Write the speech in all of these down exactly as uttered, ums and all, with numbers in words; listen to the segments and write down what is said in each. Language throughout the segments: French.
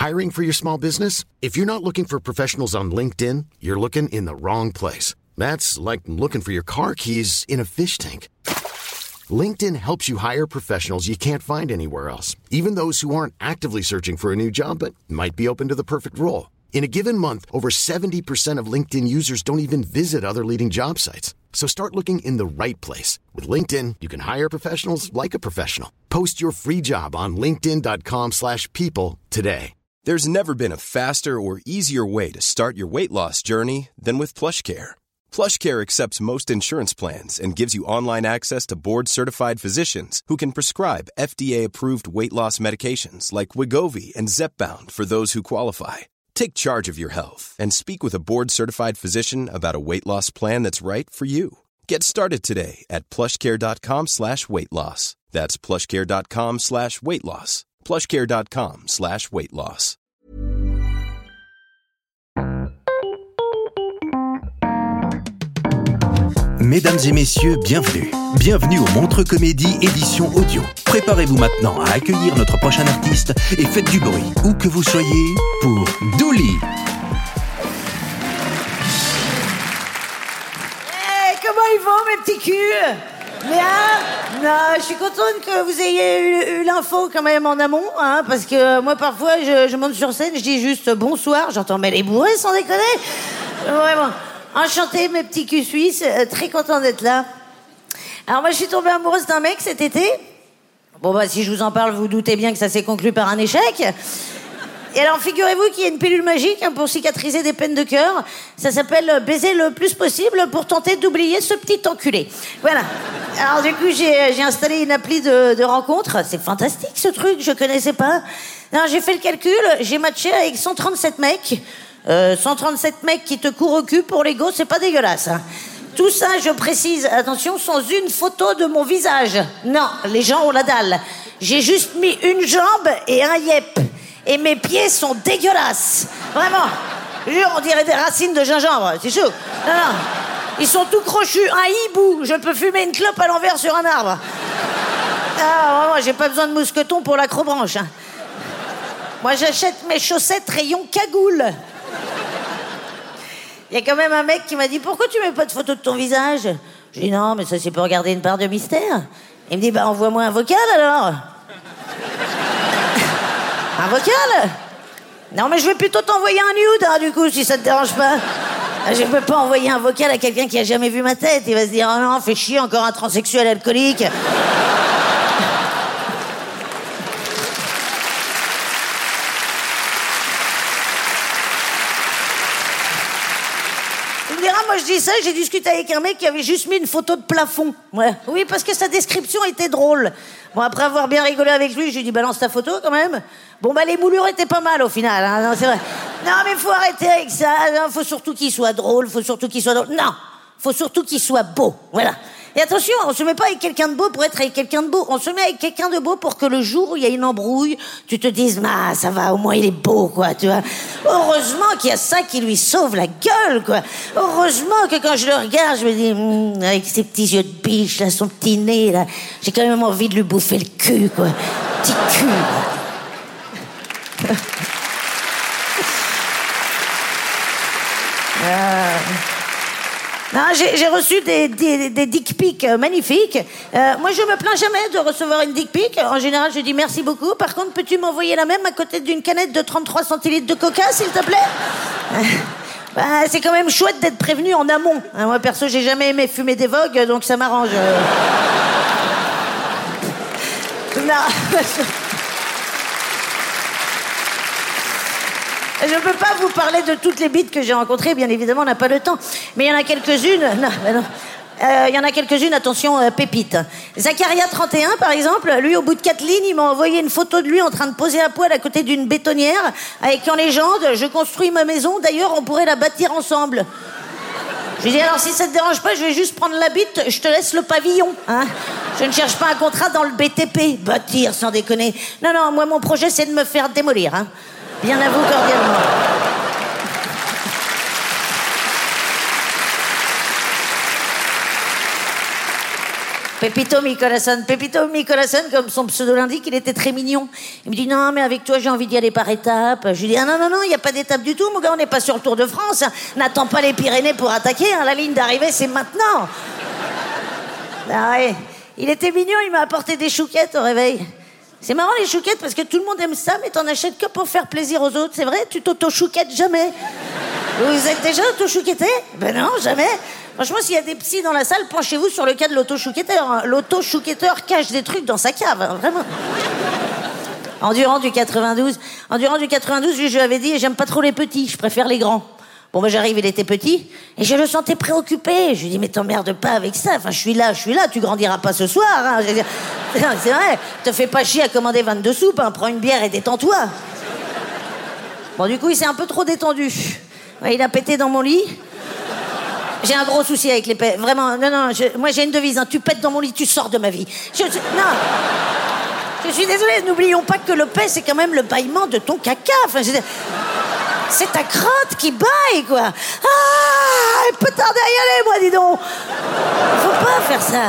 Hiring for your small business? If you're not looking for professionals on LinkedIn, you're looking in the wrong place. That's like looking for your car keys in a fish tank. LinkedIn helps you hire professionals you can't find anywhere else, even those who aren't actively searching for a new job but might be open to the perfect role. In a given month, over seventy percent of LinkedIn users don't even visit other leading job sites. So start looking in the right place. With LinkedIn, you can hire professionals like a professional. Post your free job on linkedin.com slash people today. There's never been a faster or easier way to start your weight loss journey than with PlushCare. PlushCare accepts most insurance plans and gives you online access to board-certified physicians who can prescribe F D A-approved weight loss medications like Wegovy and Zepbound for those who qualify. Take charge of your health and speak with a board-certified physician about a weight loss plan that's right for you. Get started today at plushcare.com slash weight loss. That's plushcare.com slash weight loss. plushcare.com slash weight loss. Mesdames et messieurs, bienvenue. Bienvenue au Montreux Comédie édition audio. Préparez-vous maintenant à accueillir notre prochain artiste et faites du bruit, où que vous soyez, pour Douli. Hey, comment ils vont, mes petits culs? Bien? Non, je suis contente que vous ayez eu, eu l'info quand même en amont, hein, parce que moi, parfois, je, je monte sur scène, je dis juste bonsoir, j'entends mais les bourrés, sans déconner. Vraiment. Enchantée, mes petits culs suisses, euh, très content d'être là. Alors moi, je suis tombée amoureuse d'un mec cet été. Bon bah, si je vous en parle, vous doutez bien que ça s'est conclu par un échec. Et alors, figurez-vous qu'il y a une pilule magique hein, pour cicatriser des peines de cœur. Ça s'appelle baiser le plus possible pour tenter d'oublier ce petit enculé. Voilà. Alors du coup, j'ai, j'ai installé une appli de, de rencontre. C'est fantastique ce truc, je connaissais pas. Alors, j'ai fait le calcul, j'ai matché avec cent trente-sept mecs. Euh, cent trente-sept mecs qui te courent au cul pour l'ego, c'est pas dégueulasse. Hein. Tout ça, je précise, attention, sans une photo de mon visage. Non, les gens ont la dalle. J'ai juste mis une jambe et un yep. Et mes pieds sont dégueulasses. Vraiment. Jure, on dirait des racines de gingembre, c'est chaud. Non, non. Ils sont tout crochus. Un hibou. Je peux fumer une clope à l'envers sur un arbre. Ah, vraiment, j'ai pas besoin de mousqueton pour l'acrobranche. Hein. Moi, j'achète mes chaussettes rayon cagoule. Il y a quand même un mec qui m'a dit « Pourquoi tu mets pas de photo de ton visage ?» J'ai dit « Non, mais ça, c'est pour garder une part de mystère. » Il me dit « Bah, envoie-moi un vocal, alors. » Un vocal ? Non, mais je vais plutôt t'envoyer un nude, hein, du coup, si ça te dérange pas. Je peux pas envoyer un vocal à quelqu'un qui a jamais vu ma tête. Il va se dire « Oh non, fais chier, encore un transsexuel alcoolique. » Moi, je dis ça, j'ai discuté avec un mec qui avait juste mis une photo de plafond. Ouais. Oui, parce que sa description était drôle. Bon, après avoir bien rigolé avec lui, je lui ai dit, balance ta photo, quand même. Bon, bah, les moulures étaient pas mal, au final. Hein. Non, c'est vrai. Non, mais faut arrêter avec ça. Non, faut surtout qu'il soit drôle, faut surtout qu'il soit drôle. Non, faut surtout qu'il soit beau. Voilà. Et attention, on se met pas avec quelqu'un de beau pour être avec quelqu'un de beau. On se met avec quelqu'un de beau pour que le jour où il y a une embrouille, tu te dises, bah, ça va, au moins il est beau, quoi, tu vois. Heureusement qu'il y a ça qui lui sauve la gueule, quoi. Heureusement que quand je le regarde, je me dis, mmm, avec ses petits yeux de biche, là, son petit nez, là, j'ai quand même envie de lui bouffer le cul, quoi. Petit cul, là. euh... Non, j'ai, j'ai reçu des, des, des dick pics magnifiques. Euh, moi, je me plains jamais de recevoir une dick pic. En général, je dis merci beaucoup. Par contre, peux-tu m'envoyer la même à côté d'une canette de trente-trois centilitres de coca, s'il te plaît ? euh, bah, c'est quand même chouette d'être prévenu en amont. Hein, moi, perso, j'ai jamais aimé fumer des vogues, donc ça m'arrange. Non. Je ne peux pas vous parler de toutes les bites que j'ai rencontrées, bien évidemment, on n'a pas le temps. Mais il y en a quelques-unes... Non, bah non. Euh, il y en a quelques-unes, attention, euh, pépites. Zacharia, trente et un, par exemple, lui, au bout de quatre lignes, il m'a envoyé une photo de lui en train de poser à poil à côté d'une bétonnière, avec en légende « Je construis ma maison, d'ailleurs, on pourrait la bâtir ensemble ». Je lui ai dit « Alors, si ça te dérange pas, je vais juste prendre la bite, je te laisse le pavillon. Hein. Je ne cherche pas un contrat dans le B T P. Bâtir, sans déconner. Non, non, moi, mon projet, c'est de me faire démolir. Hein. Bien à vous, cordialement. Pepito mi corazón, Pepito mi corazón, comme son pseudo l'indique, il était très mignon. Il me dit, non, mais avec toi, j'ai envie d'y aller par étapes. Je lui dis, ah non, non, non, il n'y a pas d'étape du tout, mon gars, on n'est pas sur le Tour de France. Hein. N'attends pas les Pyrénées pour attaquer, hein. La ligne d'arrivée, c'est maintenant. Ah ouais. Il était mignon, il m'a apporté des chouquettes au réveil. C'est marrant les chouquettes parce que tout le monde aime ça, mais t'en achètes que pour faire plaisir aux autres. C'est vrai, tu t'auto-chouquettes jamais. Vous êtes déjà auto-chouquetté ? Ben non, jamais. Franchement, s'il y a des psys dans la salle, penchez-vous sur le cas de l'auto-chouquetteur. L'auto-chouquetteur cache des trucs dans sa cave, hein, vraiment. Endurant du quatre-vingt-douze. Endurant du quatre-vingt-douze, je lui avais dit, j'aime pas trop les petits, je préfère les grands. Bon, ben j'arrive, il était petit, et je le sentais préoccupé. Je lui dis, mais t'emmerdes pas avec ça. Enfin, je suis là, je suis là, tu grandiras pas ce soir. Hein. Je veux dire, c'est vrai, te fais pas chier à commander vingt-deux soupes, hein. Prends une bière et détends-toi. Bon, du coup, il s'est un peu trop détendu. Ouais, il a pété dans mon lit. J'ai un gros souci avec les pets. Vraiment, non, non, je, moi j'ai une devise, hein. Tu pètes dans mon lit, tu sors de ma vie. Je, je, non. Je suis désolée, n'oublions pas que le paix, c'est quand même le bâillement de ton caca. Enfin, je, c'est ta crotte qui baille, quoi. Ah, elle peut tarder à y aller, moi, dis donc. Faut pas faire ça.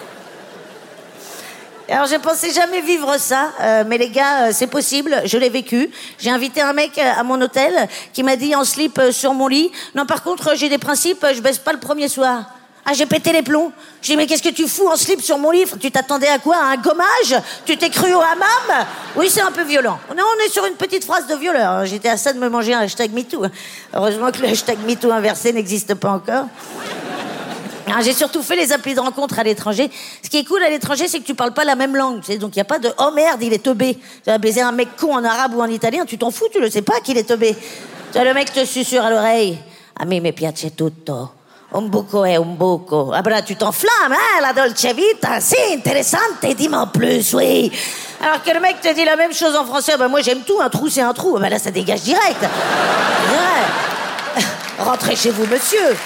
Alors, je pensais jamais vivre ça, euh, mais les gars, euh, c'est possible, je l'ai vécu. J'ai invité un mec à mon hôtel qui m'a dit en slip euh, sur mon lit. Non, par contre, j'ai des principes, je baisse pas le premier soir. Ah, j'ai pété les plombs. J'ai dit, mais qu'est-ce que tu fous en slip sur mon lit ? Tu t'attendais à quoi ? À un gommage ? Tu t'es cru au hammam ? Oui, c'est un peu violent. Non, on est sur une petite phrase de violeur. J'étais à ça de me manger un hashtag MeToo. Heureusement que le hashtag MeToo inversé n'existe pas encore. Alors, j'ai surtout fait les applis de rencontre à l'étranger. Ce qui est cool à l'étranger, c'est que tu parles pas la même langue. Tu sais, donc il n'y a pas de « Oh merde, il est teubé ». Tu vas baiser un mec con en arabe ou en italien, tu t'en fous, tu le sais pas qu'il est teubé. Tu vois, le mec te susurre à l'oreille « A me me piace tutto. Un buco è un buco. » Ah ben là, tu t'enflammes, hein, la dolce vita, c'est intéressante, dis-moi en plus, oui. Alors que le mec te dit la même chose en français, ben moi j'aime tout, un trou c'est un trou. Ben là, ça dégage direct. Ouais. Rentrez chez vous, monsieur.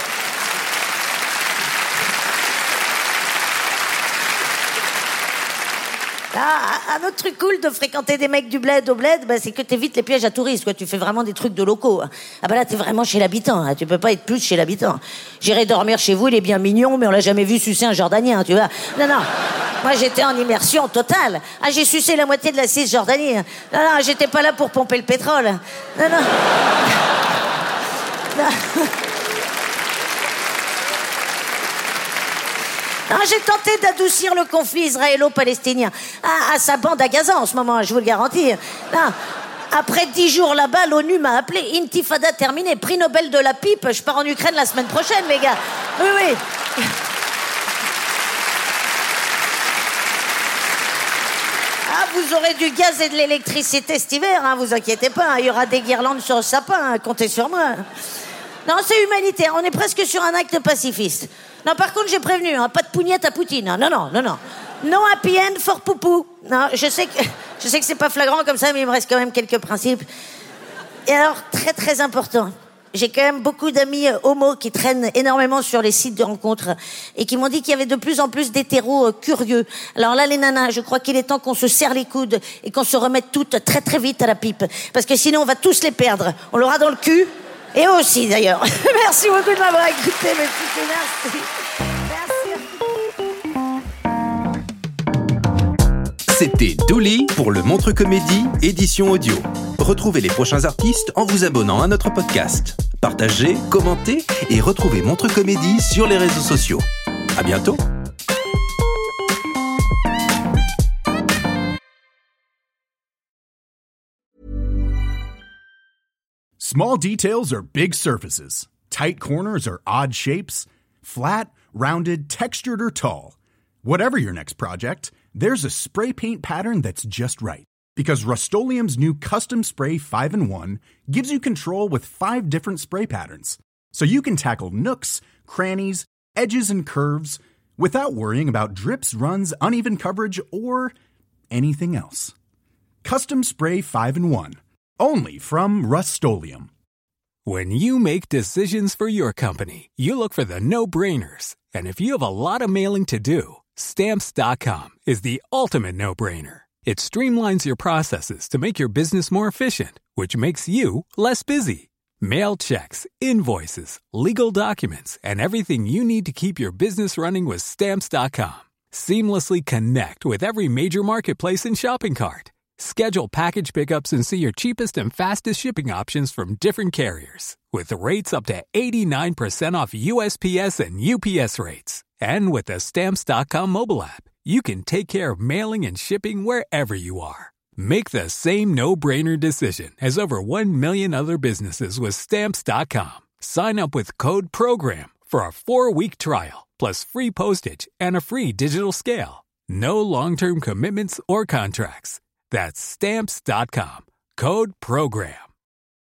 Ah, un autre truc cool de fréquenter des mecs du bled au bled, bah, c'est que t'évites les pièges à touristes, quoi. Tu fais vraiment des trucs de locaux. Ah bah là, t'es vraiment chez l'habitant, hein. Tu peux pas être plus chez l'habitant. J'irai dormir chez vous, il est bien mignon, mais on l'a jamais vu sucer un Jordanien, tu vois. Non, non. Moi, j'étais en immersion totale. Ah, j'ai sucé la moitié de la Cisjordanie. Non, non, j'étais pas là pour pomper le pétrole. Non, non. Non. Non, j'ai tenté d'adoucir le conflit israélo-palestinien. Ah, à sa bande à Gaza en ce moment, je vous le garantis. Non. Après dix jours là-bas, l'ONU m'a appelé. Intifada terminée, prix Nobel de la pipe. Je pars en Ukraine la semaine prochaine, les gars. Oui, oui. Ah, vous aurez du gaz et de l'électricité cet hiver, hein, vous inquiétez pas. Hein, il y aura des guirlandes sur le sapin, hein, comptez sur moi. Non, c'est humanitaire. On est presque sur un acte pacifiste. Non, par contre, j'ai prévenu, hein, pas de pougnette à Poutine. Hein. Non, non, non, non. No happy end for Poupou. Non, je sais que, je sais que c'est pas flagrant comme ça, mais il me reste quand même quelques principes. Et alors, très, très important, j'ai quand même beaucoup d'amis euh, homos qui traînent énormément sur les sites de rencontres et qui m'ont dit qu'il y avait de plus en plus d'hétéros euh, curieux. Alors là, les nanas, je crois qu'il est temps qu'on se serre les coudes et qu'on se remette toutes très, très vite à la pipe. Parce que sinon, on va tous les perdre. On l'aura dans le cul. Et eux aussi, d'ailleurs. Merci beaucoup de m'avoir écouté, mes petits, merci. Merci. C'était Douli pour le Montre Comédie, édition audio. Retrouvez les prochains artistes en vous abonnant à notre podcast. Partagez, commentez et retrouvez Montre Comédie sur les réseaux sociaux. À bientôt. Small details are big surfaces. Tight corners are odd shapes. Flat, rounded, textured, or tall. Whatever your next project, there's a spray paint pattern that's just right. Because Rust-Oleum's new Custom Spray five in one gives you control with five different spray patterns. So you can tackle nooks, crannies, edges, and curves without worrying about drips, runs, uneven coverage, or anything else. Custom Spray five in one. Only from Rust-Oleum. When you make decisions for your company, you look for the no-brainers. And if you have a lot of mailing to do, Stamps dot com is the ultimate no-brainer. It streamlines your processes to make your business more efficient, which makes you less busy. Mail checks, invoices, legal documents, and everything you need to keep your business running with Stamps dot com. Seamlessly connect with every major marketplace and shopping cart. Schedule package pickups and see your cheapest and fastest shipping options from different carriers, with rates up to eighty-nine percent off U S P S and U P S rates. And with the Stamps dot com mobile app, you can take care of mailing and shipping wherever you are. Make the same no-brainer decision as over one million other businesses with Stamps dot com. Sign up with code PROGRAM for a four-week trial, plus free postage and a free digital scale. No long-term commitments or contracts. That's Stamps dot com. Code PROGRAM.